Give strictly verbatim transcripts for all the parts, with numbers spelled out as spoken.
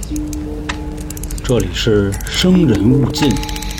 这里是生人勿近。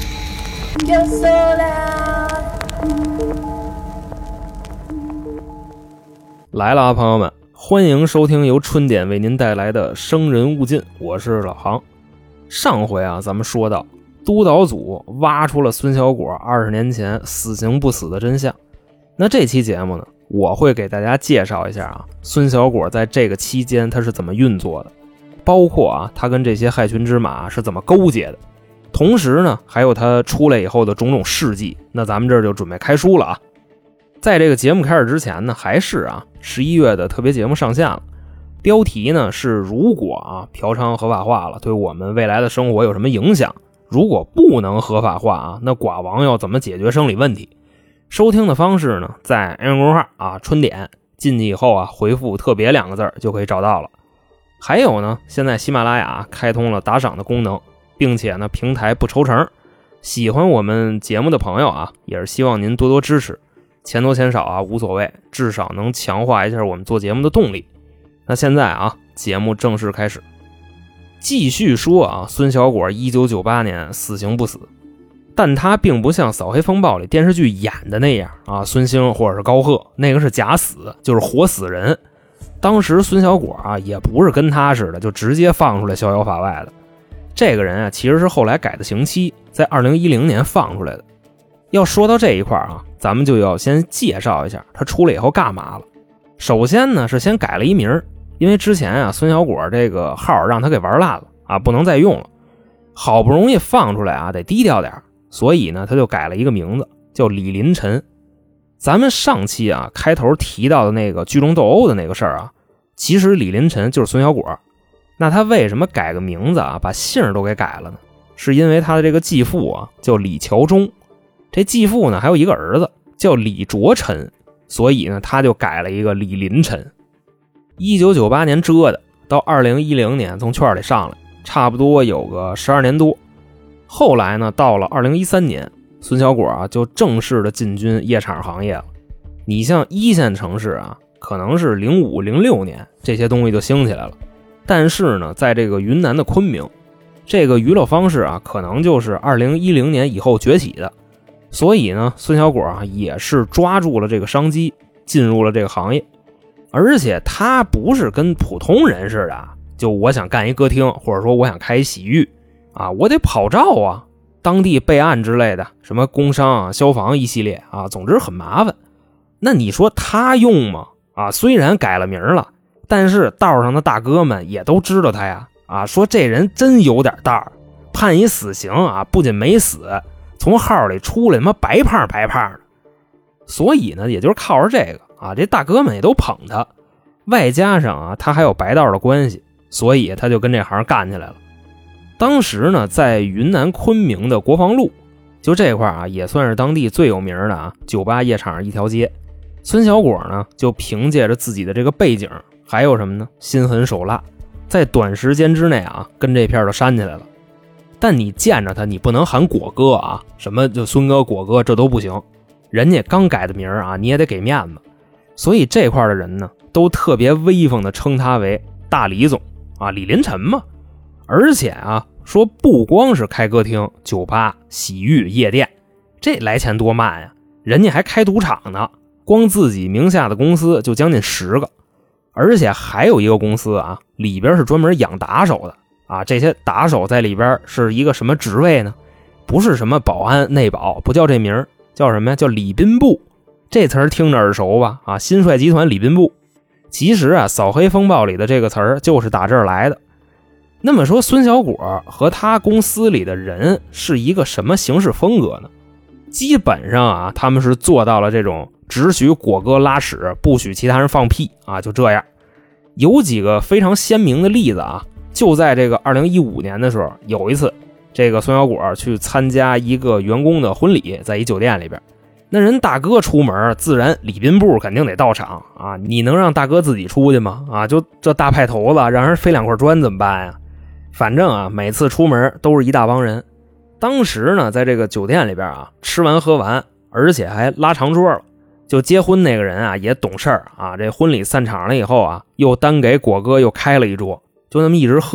来了啊，朋友们，欢迎收听由春点为您带来的生人勿近，我是老航。上回啊，咱们说到督导组挖出了孙小果二十年前死刑不死的真相。那这期节目呢，我会给大家介绍一下啊，孙小果在这个期间他是怎么运作的，包括啊他跟这些害群之马是怎么勾结的，同时呢还有他出来以后的种种事迹。那咱们这就准备开书了啊。在这个节目开始之前呢，还是啊十一月的特别节目上线了，标题呢是如果啊嫖娼合法化了，对我们未来的生活有什么影响？如果不能合法化啊，那寡王要怎么解决生理问题？收听的方式呢，在微信公众号啊春点进去以后啊，回复特别两个字就可以找到了。还有呢，现在喜马拉雅开通了打赏的功能，并且呢平台不抽成。喜欢我们节目的朋友啊，也是希望您多多支持，钱多钱少啊无所谓，至少能强化一下我们做节目的动力。那现在啊，节目正式开始，继续说啊，孙小果一九九八年死刑不死，但他并不像《扫黑风暴》里电视剧演的那样啊，孙兴或者是高贺那个是假死，就是活死人。当时孙小果啊，也不是跟他似的就直接放出来逍遥法外的。这个人啊，其实是后来改的刑期，在二零一零年放出来的。要说到这一块啊，咱们就要先介绍一下他出来以后干嘛了。首先呢，是先改了一名，因为之前啊，孙小果这个号让他给玩烂了啊，不能再用了。好不容易放出来啊，得低调点，所以呢，他就改了一个名字，叫李林晨。咱们上期啊开头提到的那个聚众斗殴的那个事儿啊，其实李林晨就是孙小果。那他为什么改个名字啊，把姓都给改了呢？是因为他的这个继父啊叫李桥忠，这继父呢还有一个儿子叫李卓臣，所以呢他就改了一个李林晨。一九九八年折的，到二零一零年从圈里上来，差不多有个十二年多。后来呢，到了二零一三年，孙小果啊就正式的进军夜场行业了。你像一线城市啊，可能是零五零六年这些东西就兴起来了，但是呢，在这个云南的昆明，这个娱乐方式啊，可能就是二零一零年以后崛起的。所以呢，孙小果啊也是抓住了这个商机，进入了这个行业。而且他不是跟普通人似的，就我想干一歌厅，或者说我想开一洗浴啊，我得跑照啊，当地备案之类的，什么工商啊、消防一系列啊，总之很麻烦。那你说他用吗？啊，虽然改了名了，但是道上的大哥们也都知道他呀，啊，说这人真有点道，判一死刑啊，不仅没死，从号里出来他妈白胖白胖的。所以呢，也就是靠着这个啊，这大哥们也都捧他，外加上啊，他还有白道的关系，所以他就跟这行干起来了。当时呢，在云南昆明的国防路，就这块啊，也算是当地最有名的啊酒吧夜场一条街。孙小果呢，就凭借着自己的这个背景，还有什么呢？心狠手辣，在短时间之内啊，跟这片都煽起来了。但你见着他，你不能喊果哥啊，什么就孙哥、果哥，这都不行。人家刚改的名啊，你也得给面子。所以这块的人呢，都特别威风的称他为大李总啊，李林晨嘛。而且啊，说不光是开歌厅、酒吧、洗浴、夜店，这来钱多慢呀！人家还开赌场呢，光自己名下的公司就将近十个，而且还有一个公司啊，里边是专门养打手的啊。这些打手在里边是一个什么职位呢？不是什么保安、内保，不叫这名，叫什么呀？叫礼宾部。这词儿听着耳熟吧？啊，新帅集团礼宾部。其实啊，扫黑风暴里的这个词儿就是打这儿来的。那么说，孙小果和他公司里的人是一个什么行事风格呢？基本上啊，他们是做到了这种只许果哥拉屎，不许其他人放屁啊，就这样。有几个非常鲜明的例子啊，就在这个二零一五年的时候，有一次，这个孙小果去参加一个员工的婚礼，在一酒店里边，那人大哥出门，自然礼宾部肯定得到场啊，你能让大哥自己出去吗？啊，就这大派头子，让人飞两块砖怎么办呀？反正啊，每次出门都是一大帮人。当时呢，在这个酒店里边啊，吃完喝完，而且还拉长桌了。就结婚那个人啊，也懂事儿啊。这婚礼散场了以后啊，又单给果哥又开了一桌，就那么一直喝，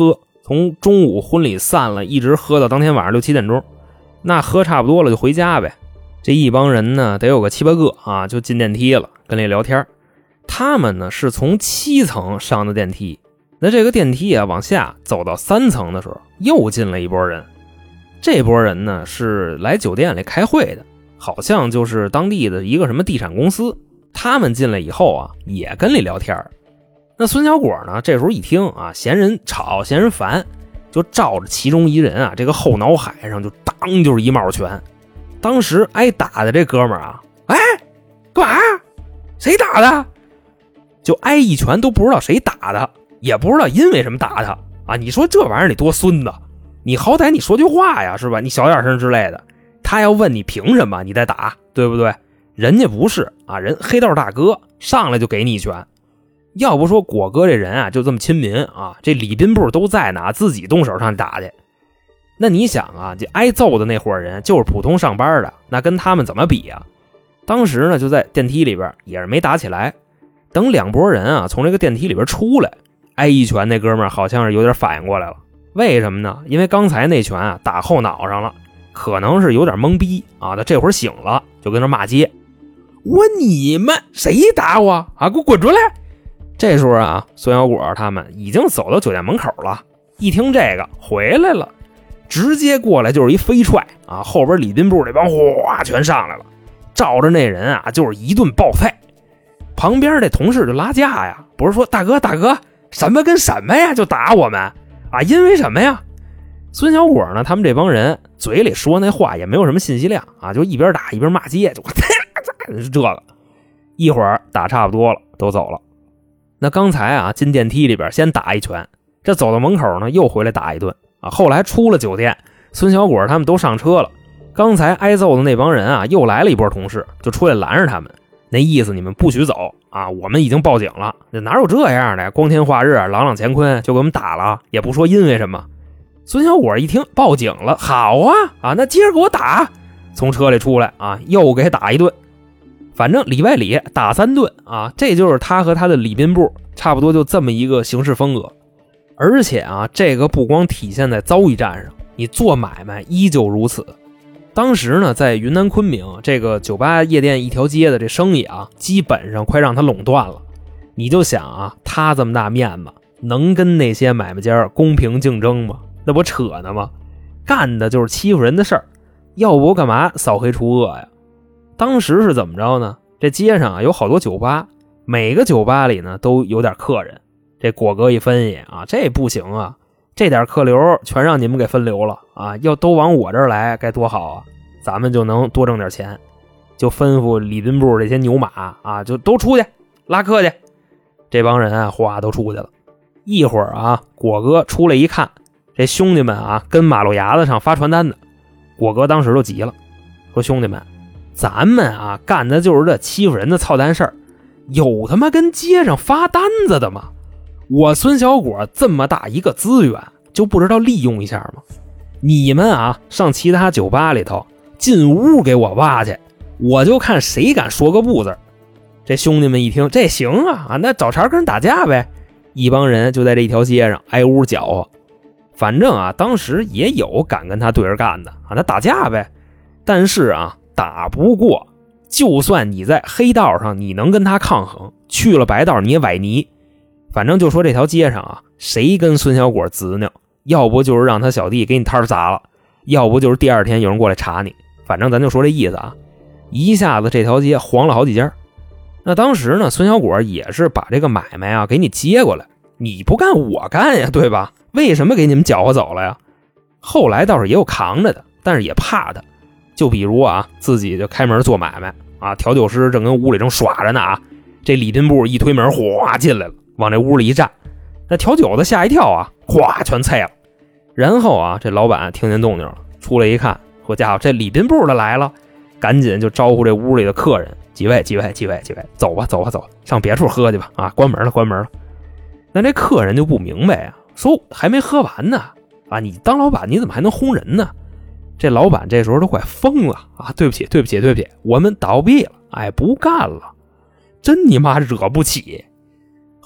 从中午婚礼散了，一直喝到当天晚上六七点钟，那喝差不多了就回家呗。这一帮人呢，得有个七八个啊，就进电梯了，跟里聊天。他们呢是从七层上的电梯，那这个电梯啊往下走到三层的时候，又进了一波人。这波人呢是来酒店里开会的，好像就是当地的一个什么地产公司。他们进来以后啊，也跟里聊天。那孙小果呢，这时候一听啊，嫌人吵，嫌人烦，就照着其中一人啊，这个后脑海上就当就是一帽拳。当时挨打的这哥们儿啊，哎，干嘛？谁打的？就挨一拳都不知道谁打的，也不知道因为什么打他啊！你说这玩意儿你多孙子，你好歹你说句话呀，是吧？你小点声之类的。他要问你凭什么你再打，对不对？人家不是啊，人黑道大哥上来就给你一拳。要不说果哥这人啊就这么亲民啊，这礼宾部都在呢，自己动手上去打去。那你想啊，这挨揍的那伙人就是普通上班的，那跟他们怎么比啊？当时呢就在电梯里边也是没打起来。等两拨人啊从这个电梯里边出来，挨一拳那哥们儿好像是有点反应过来了。为什么呢？因为刚才那拳啊打后脑上了，可能是有点懵逼啊，他这会儿醒了，就跟那骂街。我你们谁打我啊？给我滚出来！这时候啊，孙小果他们已经走到酒店门口了，一听这个回来了，直接过来就是一飞踹啊，后边礼宾部这帮哗全上来了，照着那人啊就是一顿暴菜。旁边这同事就拉架呀，不是说大哥大哥什么跟什么呀，就打我们啊，因为什么呀？孙小果呢，他们这帮人嘴里说那话也没有什么信息量啊，就一边打一边骂街，就是这个。一会儿打差不多了，都走了。那刚才啊进电梯里边先打一拳，这走到门口呢又回来打一顿啊。后来出了酒店，孙小果他们都上车了，刚才挨揍的那帮人啊又来了一波同事，就出来拦着他们。那意思你们不许走啊，我们已经报警了。哪有这样的，光天化日朗朗乾坤就给我们打了，也不说因为什么。孙小果一听报警了，好啊啊，那接着给我打。从车里出来啊，又给打一顿，反正里外里打三顿啊，这就是他和他的礼宾部差不多就这么一个行事风格。而且啊，这个不光体现在遭遇战上，你做买卖依旧如此。当时呢，在云南昆明这个酒吧夜店一条街的这生意啊，基本上快让他垄断了。你就想啊，他这么大面子，能跟那些买卖家公平竞争吗？那不扯呢吗？干的就是欺负人的事儿，要不干嘛扫黑除恶呀？当时是怎么着呢？这街上啊有好多酒吧，每个酒吧里呢都有点客人。这果哥一分析啊，这不行啊，这点客流全让你们给分流了啊！要都往我这儿来，该多好啊！咱们就能多挣点钱。就吩咐礼宾部这些牛马啊，就都出去拉客去。这帮人啊，哗都出去了。一会儿啊，果哥出来一看，这兄弟们啊，跟马路牙子上发传单的。果哥当时就急了，说：“兄弟们，咱们啊干的就是这欺负人的操蛋事儿，有他妈跟街上发单子的吗？我孙小果这么大一个资源，就不知道利用一下吗？你们啊，上其他酒吧里头进屋给我挖去，我就看谁敢说个不字。”这兄弟们一听，这行啊，啊，那找茬跟人打架呗。一帮人就在这一条街上挨屋搅和。反正啊，当时也有敢跟他对着干的啊，那打架呗。但是啊，打不过，就算你在黑道上你能跟他抗衡，去了白道你也崴泥。反正就说这条街上啊，谁跟孙小果执拗，要不就是让他小弟给你摊砸了，要不就是第二天有人过来查你。反正咱就说这意思啊，一下子这条街黄了好几家。那当时呢，孙小果也是把这个买卖啊给你接过来，你不干我干呀，对吧？为什么给你们搅和走了呀？后来倒是也有扛着的，但是也怕他。就比如啊，自己就开门做买卖啊，调酒师正跟屋里正耍着呢啊，这礼宾部一推门，哗进来了，往这屋里一站，那调酒的吓一跳啊，哗全碎了。然后啊，这老板听见动静了，出来一看，好家伙，这礼宾部的来了，赶紧就招呼这屋里的客人，几位几位几位几位，走吧走吧走吧，上别处喝去吧啊，关门了关门了。那这客人就不明白啊，说还没喝完呢啊，你当老板你怎么还能轰人呢？这老板这时候都快疯了啊！对不起对不起对不起，我们倒闭了，哎，不干了，真你妈惹不起。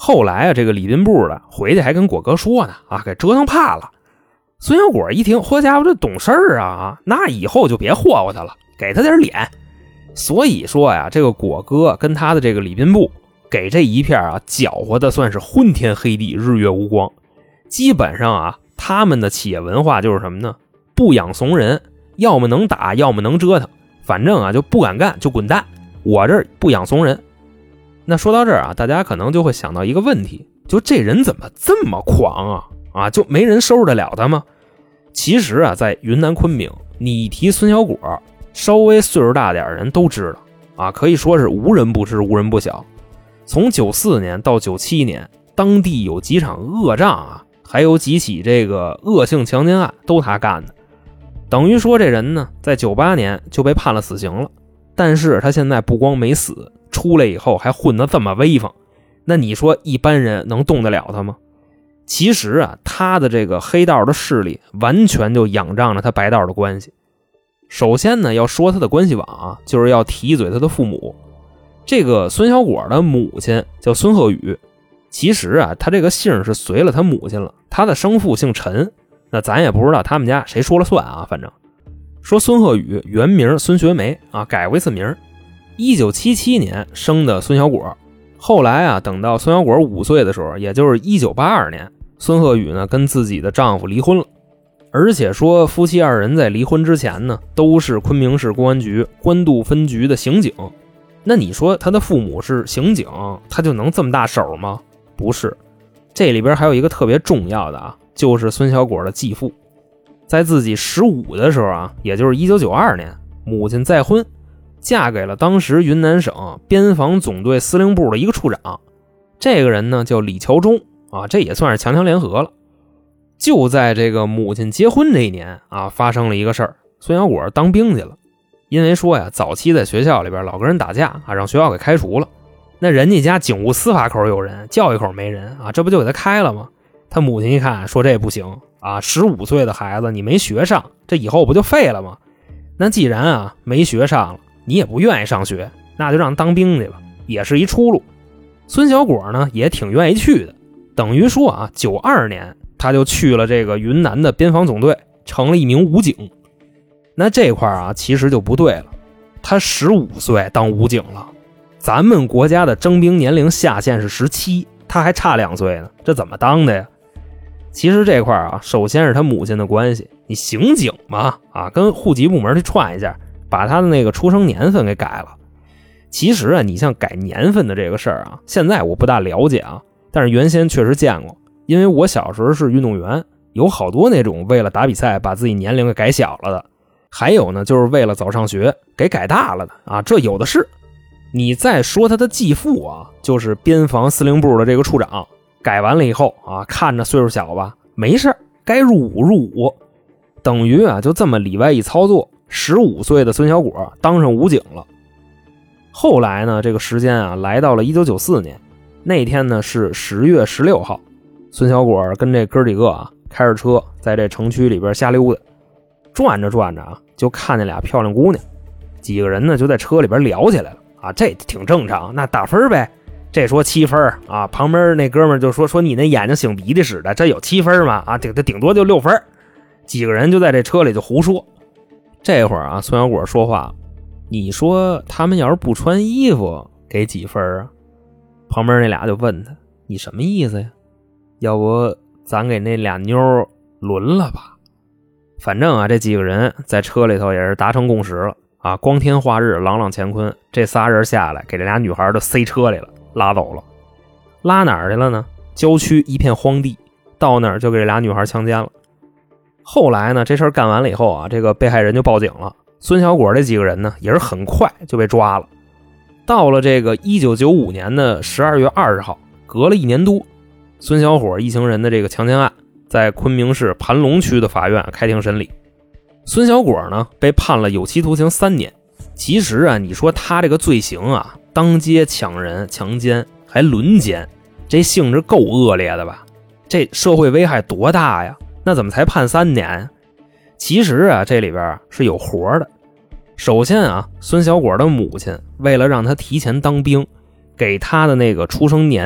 后来啊，这个礼宾部的回去还跟果哥说呢，啊，给折腾怕了。孙小果一听，好家伙，这懂事儿啊，那以后就别霍霍他了，给他点脸。所以说呀，这个果哥跟他的这个礼宾部给这一片啊搅和的算是昏天黑地，日月无光。基本上啊，他们的企业文化就是什么呢？不养怂人，要么能打，要么能折腾，反正啊就不敢干就滚蛋。我这儿不养怂人。那说到这儿啊，大家可能就会想到一个问题，就这人怎么这么狂啊？啊，就没人收拾得了他吗？其实啊，在云南昆明，你一提孙小果，稍微岁数大点的人都知道啊，可以说是无人不知，无人不晓。从九四年到九七年，当地有几场恶仗啊，还有几起这个恶性强奸案都他干的。等于说这人呢，在九八年就被判了死刑了，但是他现在不光没死，出来以后还混得这么威风，那你说一般人能动得了他吗？其实啊，他的这个黑道的势力完全就仰仗着他白道的关系。首先呢，要说他的关系网啊，就是要提一嘴他的父母。这个孙小果的母亲叫孙鹤宇，其实啊，他这个姓是随了他母亲了，他的生父姓陈，那咱也不知道他们家谁说了算啊。反正说孙鹤宇原名孙学梅啊，改过一次名，一九七七年生的孙小果。后来啊，等到孙小果五岁的时候，也就是一九八二年，孙鹤宇呢跟自己的丈夫离婚了。而且说夫妻二人在离婚之前呢，都是昆明市公安局官渡分局的刑警。那你说他的父母是刑警，他就能这么大手吗？不是，这里边还有一个特别重要的啊，就是孙小果的继父。在自己十五的时候啊，也就是一九九二年，母亲再婚，嫁给了当时云南省边防总队司令部的一个处长。这个人呢叫李桥忠啊，这也算是强强联合了。就在这个母亲结婚这一年啊，发生了一个事儿，孙小果当兵去了。因为说呀，早期在学校里边老跟人打架啊，让学校给开除了。那人家家警务司法口有人，教育口没人啊，这不就给他开了吗？他母亲一看说这不行啊，十五岁的孩子你没学上，这以后不就废了吗？那既然啊没学上了，你也不愿意上学，那就让当兵去吧，也是一出路。孙小果呢也挺愿意去的，等于说啊，九二年他就去了这个云南的边防总队，成了一名武警。那这块啊其实就不对了，他十五岁当武警了，咱们国家的征兵年龄下限是十七，他还差两岁呢，这怎么当的呀？其实这块啊，首先是他母亲的关系，你刑警嘛，啊，跟户籍部门去串一下，把他的那个出生年份给改了。其实啊，你像改年份的这个事儿啊，现在我不大了解啊，但是原先确实见过，因为我小时候是运动员，有好多那种为了打比赛把自己年龄给改小了的，还有呢就是为了早上学给改大了的啊，这有的是。你再说他的继父啊，就是边防司令部的这个处长，改完了以后啊，看着岁数小吧，没事，该入伍入伍，等于啊就这么里外一操作，十五岁的孙小果当上武警了。后来呢，这个时间啊来到了一九九四年，那天呢是十月十六号，孙小果跟这哥几个啊开着车在这城区里边瞎溜达，转着转着啊就看见俩漂亮姑娘，几个人呢就在车里边聊起来了啊，这挺正常，那打分呗。这说七分啊，旁边那哥们就说说你那眼睛擤鼻涕似的，这有七分吗？啊，顶顶多就六分。几个人就在这车里就胡说。这会儿啊，孙小果说话，你说他们要是不穿衣服给几分啊？旁边那俩就问他，你什么意思呀？要不咱给那俩妞轮了吧？反正啊，这几个人在车里头也是达成共识了啊，光天化日，朗朗乾坤，这仨人下来给这俩女孩都塞车里了，拉走了。拉哪儿去了呢？郊区一片荒地，到那儿就给这俩女孩强奸了。后来呢，这事儿干完了以后啊，这个被害人就报警了。孙小果这几个人呢，也是很快就被抓了。到了这个一九九五年的十二月二十号，隔了一年多，孙小伙一行人的这个强奸案在昆明市盘龙区的法院开庭审理。孙小果呢被判了有期徒刑三年。其实啊，你说他这个罪行啊，当街抢人、强奸还轮奸，这性质够恶劣的吧？这社会危害多大呀？那怎么才判三年？其实啊，这里边是有活的。首先啊，孙小果的母亲为了让他提前当兵，给他的那个出生年份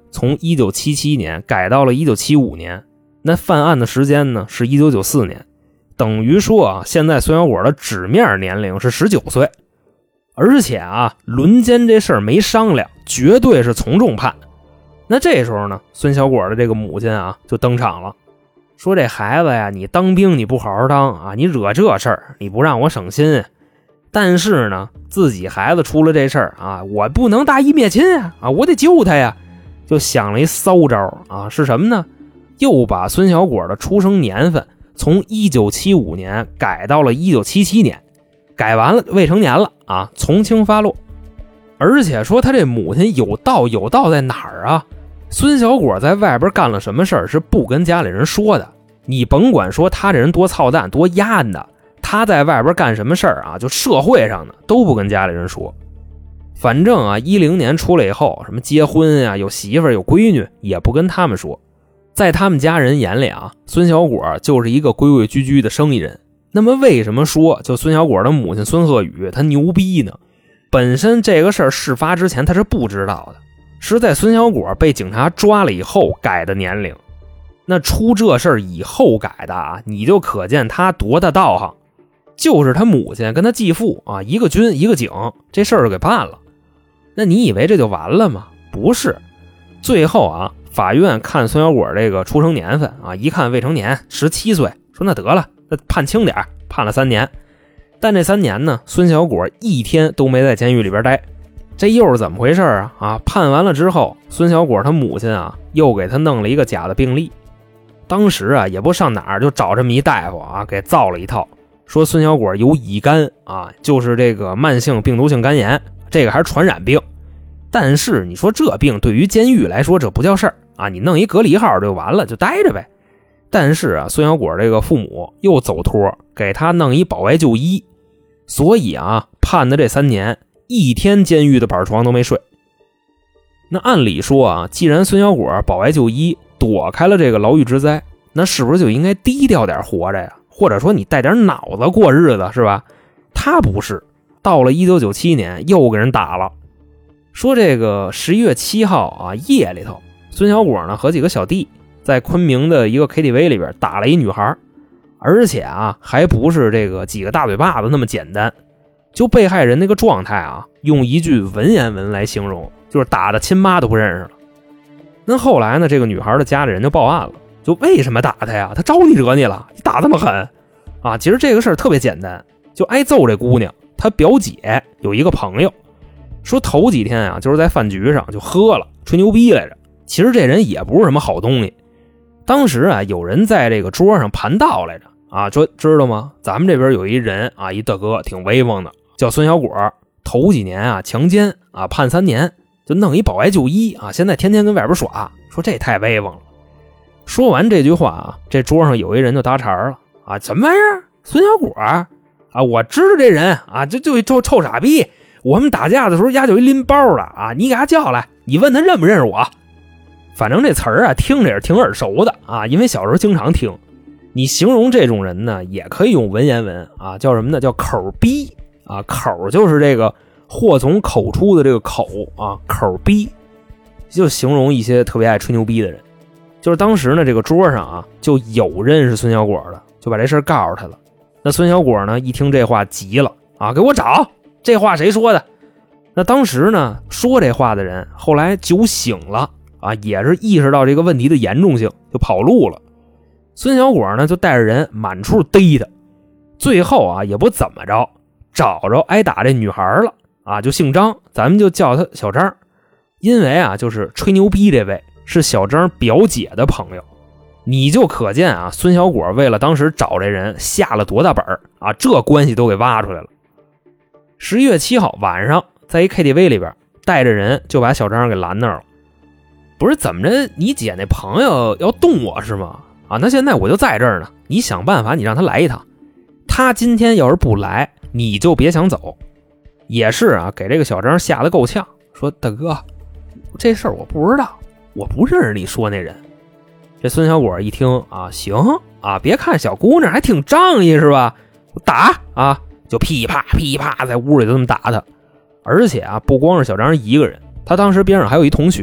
从一九七七年改到了一九七五年，那犯案的时间呢是一九九四年，等于说啊，现在孙小果的纸面年龄是十九岁。而且啊，轮奸这事儿没商量，绝对是从重判。那这时候呢，孙小果的这个母亲啊就登场了，说这孩子呀，你当兵你不好好当啊，你惹这事儿你不让我省心。但是呢，自己孩子出了这事儿啊，我不能大义灭亲啊，啊，我得救他呀。就想了一骚招啊，是什么呢？又把孙小果的出生年份从一九七五年改到了一九七七年，改完了未成年了啊，从轻发落。而且说他这母亲有道，有道在哪儿啊？孙小果在外边干了什么事儿是不跟家里人说的。你甭管说他这人多操蛋多丫的，他在外边干什么事儿啊，就社会上的都不跟家里人说。反正啊，一零年出来以后，什么结婚啊，有媳妇儿有闺女，也不跟他们说。在他们家人眼里啊，孙小果就是一个规规矩矩的生意人。那么为什么说就孙小果的母亲孙鹤宇他牛逼呢？本身这个事儿事发之前他是不知道的，是在孙小果被警察抓了以后改的年龄。那出这事儿以后改的啊，你就可见他多大道行。就是他母亲跟他继父啊，一个军一个警，这事儿就给办了。那你以为这就完了吗？不是，最后啊，法院看孙小果这个出生年份啊，一看未成年，十七岁，说那得了，那判轻点，判了三年。但这三年呢，孙小果一天都没在监狱里边待。这又是怎么回事啊？啊，判完了之后，孙小果他母亲啊，又给他弄了一个假的病历。当时啊，也不上哪儿，就找这么一大夫啊，给造了一套，说孙小果有乙肝啊，就是这个慢性病毒性肝炎，这个还是传染病。但是你说这病对于监狱来说这不叫事儿啊，你弄一隔离号就完了，就待着呗。但是啊，孙小果这个父母又走托，给他弄一保外就医，所以啊，判的这三年一天监狱的板床都没睡。那按理说啊，既然孙小果保外就医躲开了这个牢狱之灾，那是不是就应该低调点活着呀？或者说你带点脑子过日子是吧？他不是，到了一九九七年又给人打了。说这个十一月七号啊，夜里头，孙小果呢和几个小弟在昆明的一个 K T V 里边打了一女孩，而且啊还不是这个几个大嘴巴子那么简单。就被害人那个状态啊，用一句文言文来形容，就是打的亲妈都不认识了。那后来呢，这个女孩的家里人就报案了，就为什么打她呀？她招你惹你了？你打这么狠啊？其实这个事儿特别简单，就挨揍这姑娘，她表姐有一个朋友，说头几天啊，就是在饭局上就喝了，吹牛逼来着。其实这人也不是什么好东西。当时啊，有人在这个桌上盘道来着啊，说知道吗？咱们这边有一人啊，一大哥挺威风的，叫孙小果，头几年啊强奸啊判三年，就弄一保外就医啊，现在天天跟外边耍，说这太威风了。说完这句话啊，这桌上有一人就搭茬了啊，什么玩意儿？孙小果啊，我知道这人啊，这就臭臭傻逼。我们打架的时候，丫就一拎包的啊，你给他叫来，你问他认不认识我。反正这词儿啊，听着也是挺耳熟的啊，因为小时候经常听。你形容这种人呢，也可以用文言文啊，叫什么呢？叫口逼啊，口就是这个祸从口出的这个口啊，口逼，就形容一些特别爱吹牛逼的人。就是当时呢，这个桌上啊，就有认识孙小果的，就把这事告诉他了。那孙小果呢，一听这话急了啊，给我找！这话谁说的？那当时呢，说这话的人后来酒醒了啊，也是意识到这个问题的严重性，就跑路了。孙小果呢，就带着人满处逮他，最后啊，也不怎么着，找着挨打这女孩了啊，就姓张，咱们就叫他小张，因为啊，就是吹牛逼这位是小张表姐的朋友。你就可见啊，孙小果为了当时找这人下了多大本啊，这关系都给挖出来了。十一月七号晚上，在一 K T V 里边，带着人就把小张给拦那儿了。不是怎么着，你姐那朋友要动我是吗？啊，那现在我就在这儿呢，你想办法，你让他来一趟。他今天要是不来，你就别想走。也是啊，给这个小张吓得够呛，说大哥，这事儿我不知道，我不认识你说那人。这孙小果一听啊，行啊，别看小姑娘还挺仗义是吧？打啊！就噼啪噼啪在屋里就这么打他。而且啊，不光是小张一个人，他当时边上还有一同学呢，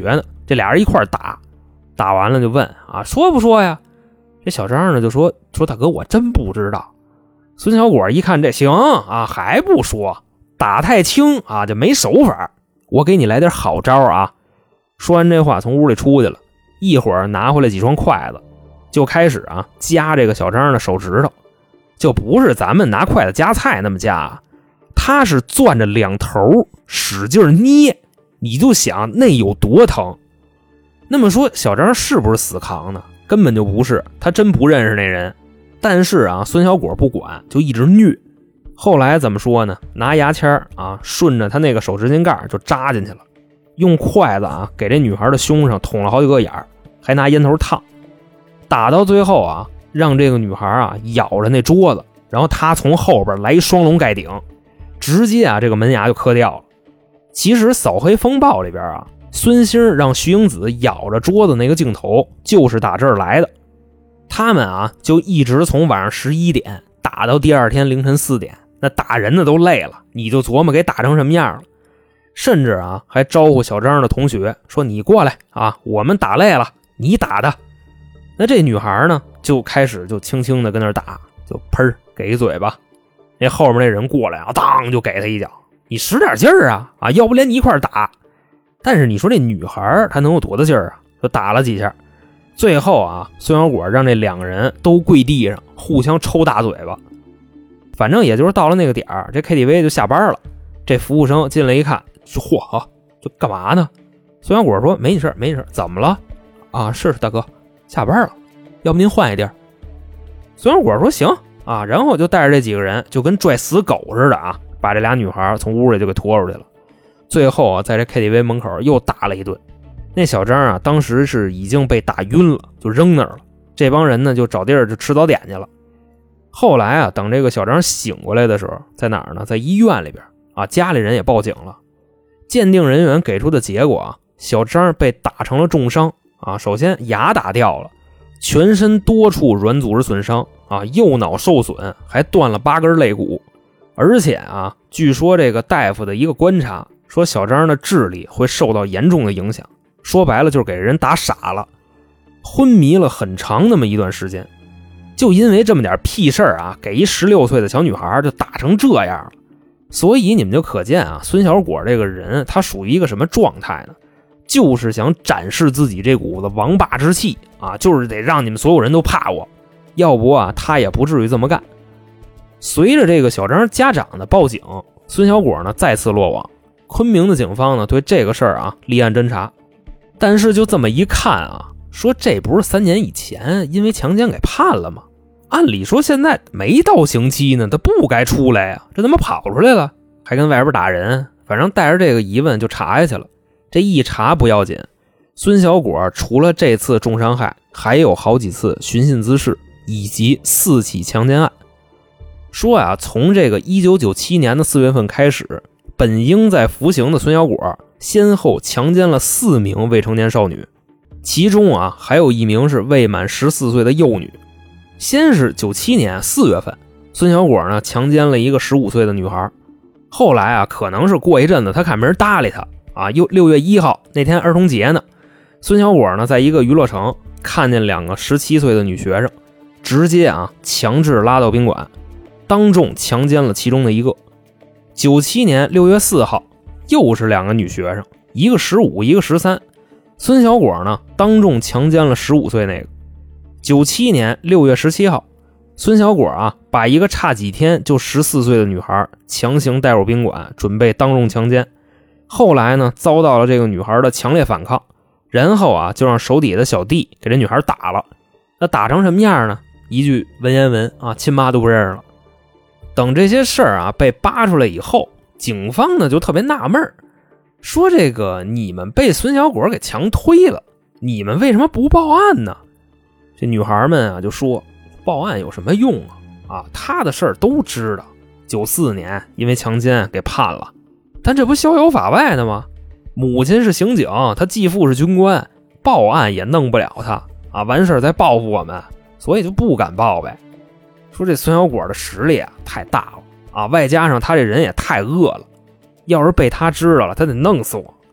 这俩人一块打，打完了就问啊，说不说呀？这小张呢就说说大哥，我真不知道。孙小果一看这行啊，还不说，打太轻啊，就没手法，我给你来点好招啊。说完这话从屋里出去了，一会儿拿回来几双筷子，就开始啊夹这个小张的手指头，就不是咱们拿筷子夹菜那么夹啊，他是攥着两头使劲捏，你就想那有多疼。那么说小张是不是死扛呢？根本就不是，他真不认识那人。但是啊，孙小果不管，就一直虐。后来怎么说呢？拿牙签啊，顺着他那个手指甲盖就扎进去了，用筷子啊给这女孩的胸上捅了好几个眼儿，还拿烟头烫。打到最后啊，让这个女孩啊咬着那桌子，然后他从后边来一双龙盖顶，直接啊这个门牙就磕掉了。其实《扫黑风暴》里边啊，孙兴让徐英子咬着桌子那个镜头就是打这儿来的。他们啊就一直从晚上十一点打到第二天凌晨四点，那打人的都累了，你就琢磨给打成什么样了。甚至啊还招呼小张的同学说，你过来啊，我们打累了，你打的。那这女孩呢就开始就轻轻的跟那打，就喷给一嘴巴。那后面那人过来啊，当就给他一脚，你使点劲儿啊啊，要不连你一块打。但是你说这女孩她能有多大劲儿啊？就打了几下。最后啊，孙小果让这两个人都跪地上，互相抽大嘴巴。反正也就是到了那个点儿，这 K T V 就下班了。这服务生进来一看，说：“嚯，这干嘛呢？”孙小果说：“没事，没事，怎么了？啊，是大哥，下班了，要不您换一地儿。”孙小果说：“行啊。”然后就带着这几个人，就跟拽死狗似的啊，把这俩女孩从屋里就给拖出去了。最后啊，在这 K T V 门口又打了一顿。那小张啊，当时是已经被打晕了，就扔那儿了。这帮人呢，就找地儿就吃早点去了。后来啊，等这个小张醒过来的时候，在哪儿呢？在医院里边啊，家里人也报警了。鉴定人员给出的结果啊，小张被打成了重伤啊。首先牙打掉了，全身多处软组织损伤啊，右脑受损，还断了八根肋骨。而且啊，据说这个大夫的一个观察说，小张的智力会受到严重的影响。说白了就是给人打傻了，昏迷了很长那么一段时间，就因为这么点屁事儿啊，给一十六岁的小女孩就打成这样了。所以你们就可见啊，孙小果这个人他属于一个什么状态呢？就是想展示自己这股子王霸之气啊，就是得让你们所有人都怕我，要不啊他也不至于这么干。随着这个小张家长的报警，孙小果呢再次落网。昆明的警方呢对这个事儿啊立案侦查。但是就这么一看啊，说这不是三年以前因为强奸给判了吗？按理说现在没到刑期呢，他不该出来呀，这他妈跑出来了，还跟外边打人。反正带着这个疑问就查下去了。这一查不要紧，孙小果除了这次重伤害，还有好几次寻衅滋事以及四起强奸案。说啊，从这个一九九七年的四月份开始，本应在服刑的孙小果先后强奸了四名未成年少女，其中啊还有一名是未满十四岁的幼女。先是九七年四月份，孙小果呢强奸了一个十五岁的女孩。后来啊，可能是过一阵子他看没人搭理他啊，又六月一号那天儿童节呢，孙小果呢在一个娱乐城看见两个十七岁的女学生，直接啊强制拉到宾馆，当众强奸了其中的一个。九七年六月四号，又是两个女学生，一个十五，一个十三。孙小果呢，当众强奸了十五岁那个。九七年六月十七号，孙小果啊，把一个差几天就十四岁的女孩强行带入宾馆，准备当众强奸。后来呢，遭到了这个女孩的强烈反抗，然后啊，就让手底下的小弟给这女孩打了。那打成什么样呢？一句文言文啊，亲妈都不认识了。等这些事儿啊被扒出来以后，警方呢就特别纳闷儿，说这个你们被孙小果给强推了，你们为什么不报案呢？这女孩们啊就说，报案有什么用啊？啊，他的事儿都知道，九四年因为强奸给判了，但这不逍遥法外的吗？母亲是刑警，他继父是军官，报案也弄不了他啊，完事儿再报复我们，所以就不敢报呗。说这孙小果的实力啊太大了啊，外加上他这人也太恶了，要是被他知道了，他得弄死我。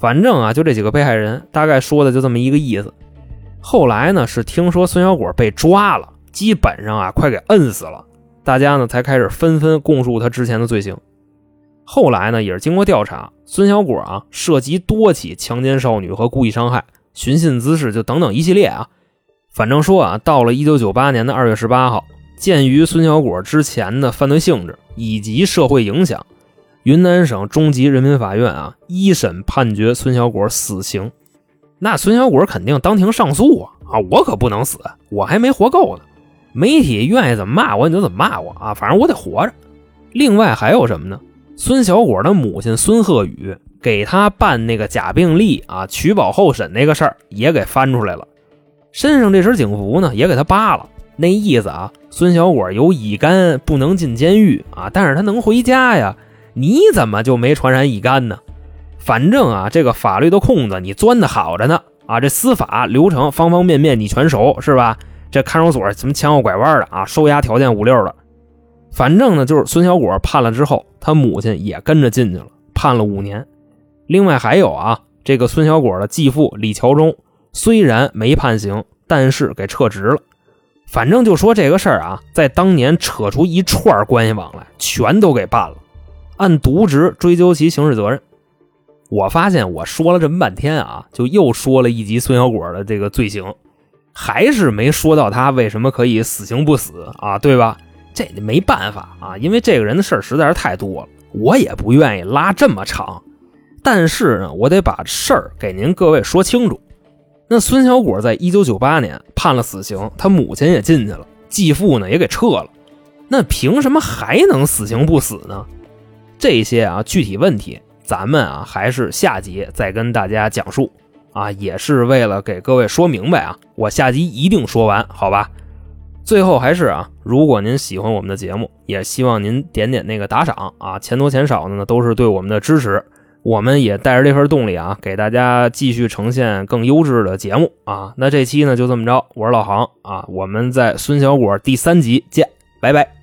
反正啊，就这几个被害人，大概说的就这么一个意思。后来呢，是听说孙小果被抓了，基本上啊，快给摁死了，大家呢才开始纷纷供述他之前的罪行。后来呢，也是经过调查，孙小果啊涉及多起强奸少女和故意伤害、寻衅滋事，就等等一系列啊。反正说啊，到了一九九八年的二月十八号，鉴于孙小果之前的犯罪性质以及社会影响，云南省中级人民法院啊一审判决孙小果死刑。那孙小果肯定当庭上诉啊，啊，我可不能死，我还没活够呢。媒体愿意怎么骂我你就怎么骂我啊，反正我得活着。另外还有什么呢？孙小果的母亲孙鹤宇给他办那个假病历啊，取保候审那个事儿也给翻出来了，身上这身警服呢也给他扒了。那意思啊，孙小果有乙肝不能进监狱啊，但是他能回家呀，你怎么就没传染乙肝呢？反正啊，这个法律的空子你钻的好着呢啊，这司法流程方方面面你全熟是吧？这看守所什么前后拐弯的啊，收押条件五六的。反正呢，就是孙小果判了之后，他母亲也跟着进去了，判了五年。另外还有啊，这个孙小果的继父李桥忠虽然没判刑，但是给撤职了。反正就说这个事儿啊，在当年扯出一串关系网来，全都给办了，按渎职追究其刑事责任。我发现我说了这么半天啊，就又说了一集孙小果的这个罪行，还是没说到他为什么可以死刑不死啊，对吧？这没办法啊，因为这个人的事儿实在是太多了，我也不愿意拉这么长。但是呢，我得把事儿给您各位说清楚。那孙小果在一九九八年判了死刑，他母亲也进去了，继父呢也给撤了，那凭什么还能死刑不死呢？这些啊具体问题咱们啊还是下集再跟大家讲述啊，也是为了给各位说明白啊，我下集一定说完，好吧？最后还是啊，如果您喜欢我们的节目，也希望您点点那个打赏啊，钱多钱少的呢都是对我们的支持。我们也带着这份动力啊，给大家继续呈现更优质的节目啊。那这期呢就这么着，我是老航啊，我们在孙小果第三集见，拜拜。